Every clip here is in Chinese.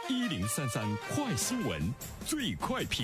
1033快新闻最快评。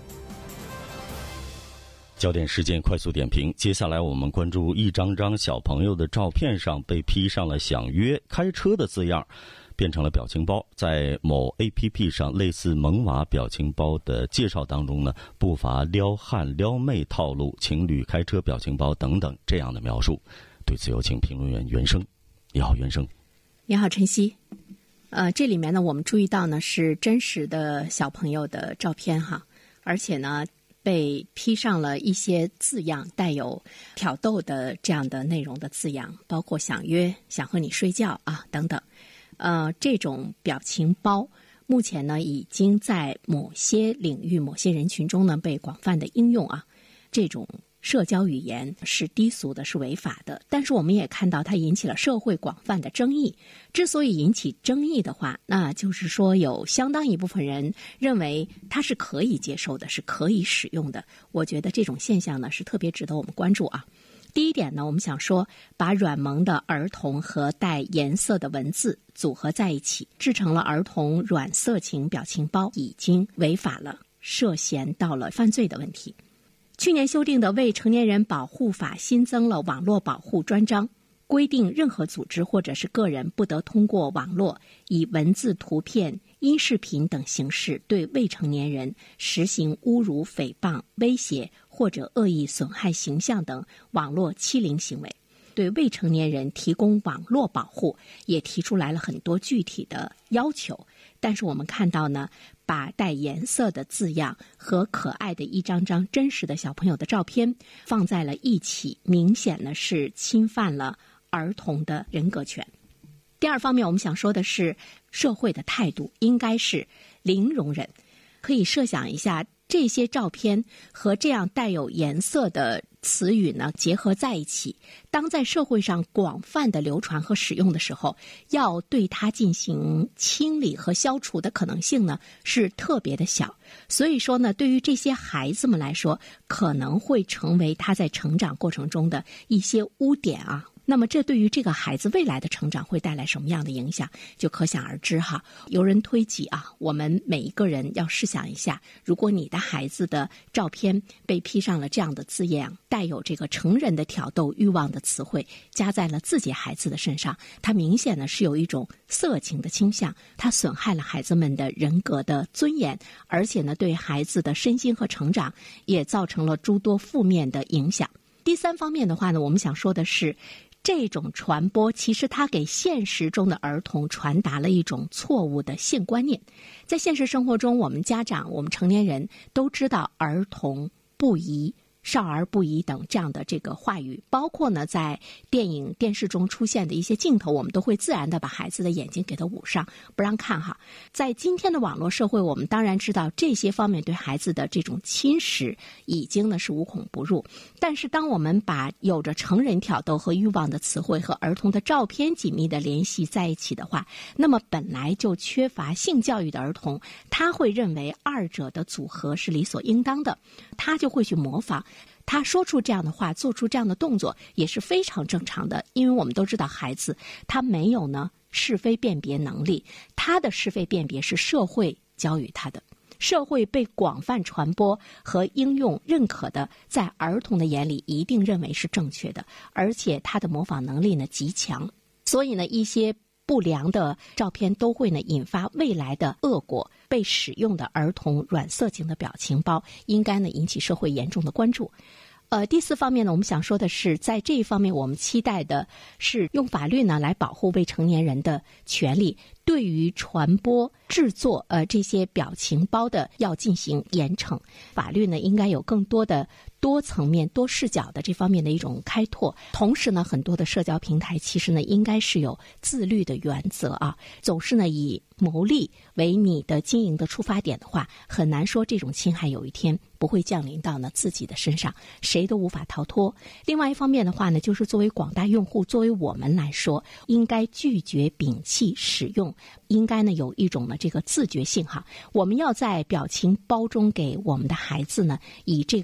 焦点事件快速点评，接下来我们关注一张张小朋友的照片上被披上了想约开车的字样，变成了表情包。在某 APP 上，类似萌娃表情包的介绍当中呢，不乏撩汉撩妹套路、情侣开车表情包等等这样的描述。对此有请评论员袁生。你好，袁生。 你好，晨曦。这里面呢，我们注意到呢是真实的小朋友的照片哈，而且呢被披上了一些字样，带有挑逗的这样的内容的字样，包括想约、想和你睡觉啊等等。这种表情包目前呢已经在某些领域、某些人群中呢被广泛的应用啊。这种社交语言是低俗的，是违法的，但是我们也看到它引起了社会广泛的争议。之所以引起争议的话，那就是说有相当一部分人认为它是可以接受的，是可以使用的。我觉得这种现象呢是特别值得我们关注啊。第一点呢，我们想说把软萌的儿童和带颜色的文字组合在一起，制成了儿童软色情表情包，已经违法了，涉嫌到了犯罪的问题。去年修订的《未成年人保护法》新增了网络保护专章，规定任何组织或者是个人不得通过网络以文字、图片、音视频等形式对未成年人实行侮辱、诽谤、威胁或者恶意损害形象等网络欺凌行为。对未成年人提供网络保护也提出来了很多具体的要求，但是我们看到呢，把带颜色的字样和可爱的一张张真实的小朋友的照片放在了一起，明显呢是侵犯了儿童的人格权。第二方面，我们想说的是，社会的态度应该是零容忍。可以设想一下，这些照片和这样带有颜色的词语呢结合在一起，当在社会上广泛的流传和使用的时候，要对它进行清理和消除的可能性呢是特别的小。所以说呢，对于这些孩子们来说，可能会成为他在成长过程中的一些污点啊。那么这对于这个孩子未来的成长会带来什么样的影响，就可想而知哈。由人推己啊，我们每一个人要试想一下，如果你的孩子的照片被披上了这样的字样，带有这个成人的挑逗欲望的词汇，加在了自己孩子的身上，他明显呢是有一种色情的倾向，他损害了孩子们的人格的尊严，而且呢对孩子的身心和成长也造成了诸多负面的影响。第三方面的话呢，我们想说的是，这种传播其实它给现实中的儿童传达了一种错误的性观念。在现实生活中，我们家长、我们成年人都知道儿童不宜、少儿不宜等这样的这个话语，包括呢在电影电视中出现的一些镜头，我们都会自然的把孩子的眼睛给他捂上，不让看哈。在今天的网络社会，我们当然知道这些方面对孩子的这种侵蚀已经呢是无孔不入，但是当我们把有着成人挑逗和欲望的词汇和儿童的照片紧密的联系在一起的话，那么本来就缺乏性教育的儿童，他会认为二者的组合是理所应当的，他就会去模仿，他说出这样的话，做出这样的动作也是非常正常的。因为我们都知道孩子他没有呢是非辨别能力，他的是非辨别是社会教育他的，社会被广泛传播和应用认可的，在儿童的眼里一定认为是正确的，而且他的模仿能力呢极强，所以呢一些不良的照片都会呢引发未来的恶果。被使用的儿童软色情的表情包应该呢引起社会严重的关注。第四方面呢，我们想说的是，在这一方面我们期待的是用法律呢来保护未成年人的权利，对于传播、制作这些表情包的要进行严惩。法律呢应该有更多的多层面、多视角的这方面的一种开拓。同时呢，很多的社交平台其实呢应该是有自律的原则啊，总是呢以牟利为你的经营的出发点的话，很难说这种侵害有一天不会降临到呢自己的身上，谁都无法逃脱。另外一方面的话呢，就是作为广大用户，作为我们来说，应该拒绝摒弃使用，应该呢有一种呢这个自觉性哈。我们要在表情包中给我们的孩子呢以这个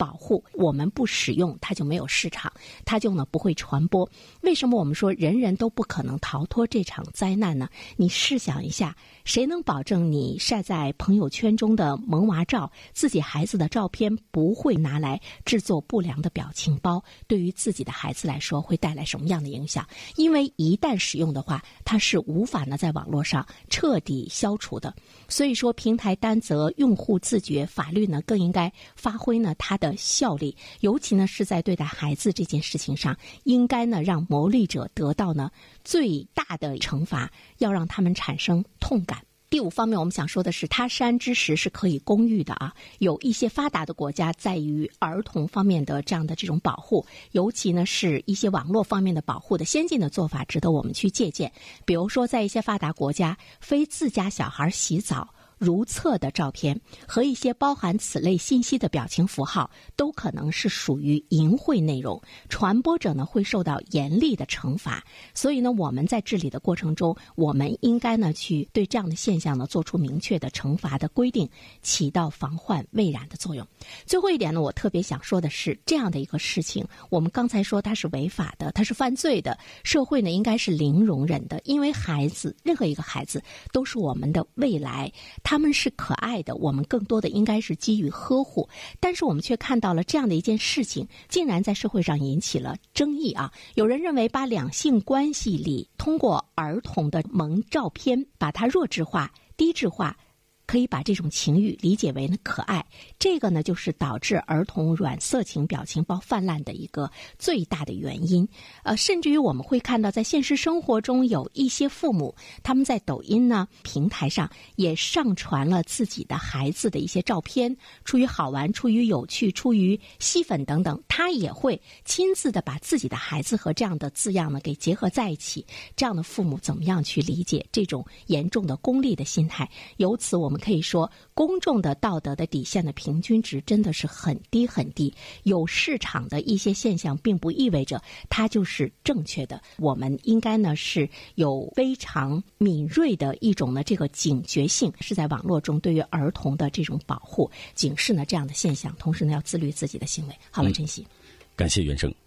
保护，我们不使用，它就没有市场，它就呢不会传播。为什么我们说人人都不可能逃脱这场灾难呢？你试想一下，谁能保证你晒在朋友圈中的萌娃照、自己孩子的照片不会拿来制作不良的表情包，对于自己的孩子来说会带来什么样的影响？因为一旦使用的话，它是无法呢在网络上彻底消除的。所以说，平台担责，用户自觉，法律呢更应该发挥呢它的效力，尤其呢是在对待孩子这件事情上，应该呢让牟利者得到呢最大的惩罚，要让他们产生痛感。第5方面，我们想说的是，他山之石是可以攻玉的啊。有一些发达的国家在于儿童方面的这样的这种保护，尤其呢是一些网络方面的保护的先进的做法，值得我们去借鉴。比如说，在一些发达国家，非自家小孩洗澡、如厕的照片和一些包含此类信息的表情符号都可能是属于淫秽内容，传播者呢会受到严厉的惩罚。所以呢，我们在治理的过程中，我们应该呢去对这样的现象呢做出明确的惩罚的规定，起到防患未然的作用。最后一点呢，我特别想说的是，这样的一个事情，我们刚才说它是违法的，它是犯罪的，社会呢应该是零容忍的，因为孩子，任何一个孩子都是我们的未来，他们是可爱的，我们更多的应该是给予呵护。但是我们却看到了这样的一件事情，竟然在社会上引起了争议啊！有人认为把两性关系里通过儿童的萌照片把它弱智化、低智化，可以把这种情欲理解为可爱，这个呢就是导致儿童软色情表情包泛滥的一个最大的原因。甚至于我们会看到，在现实生活中有一些父母，他们在抖音呢平台上也上传了自己的孩子的一些照片，出于好玩、出于有趣、出于吸粉等等，他也会亲自的把自己的孩子和这样的字样呢给结合在一起。这样的父母怎么样去理解这种严重的功利的心态？由此我们可以说，公众的道德的底线的平均值真的是很低很低。有市场的一些现象，并不意味着它就是正确的。我们应该呢是有非常敏锐的一种呢这个警觉性，是在网络中对于儿童的这种保护，警示呢这样的现象，同时呢要自律自己的行为。好了，珍惜， 感谢袁生。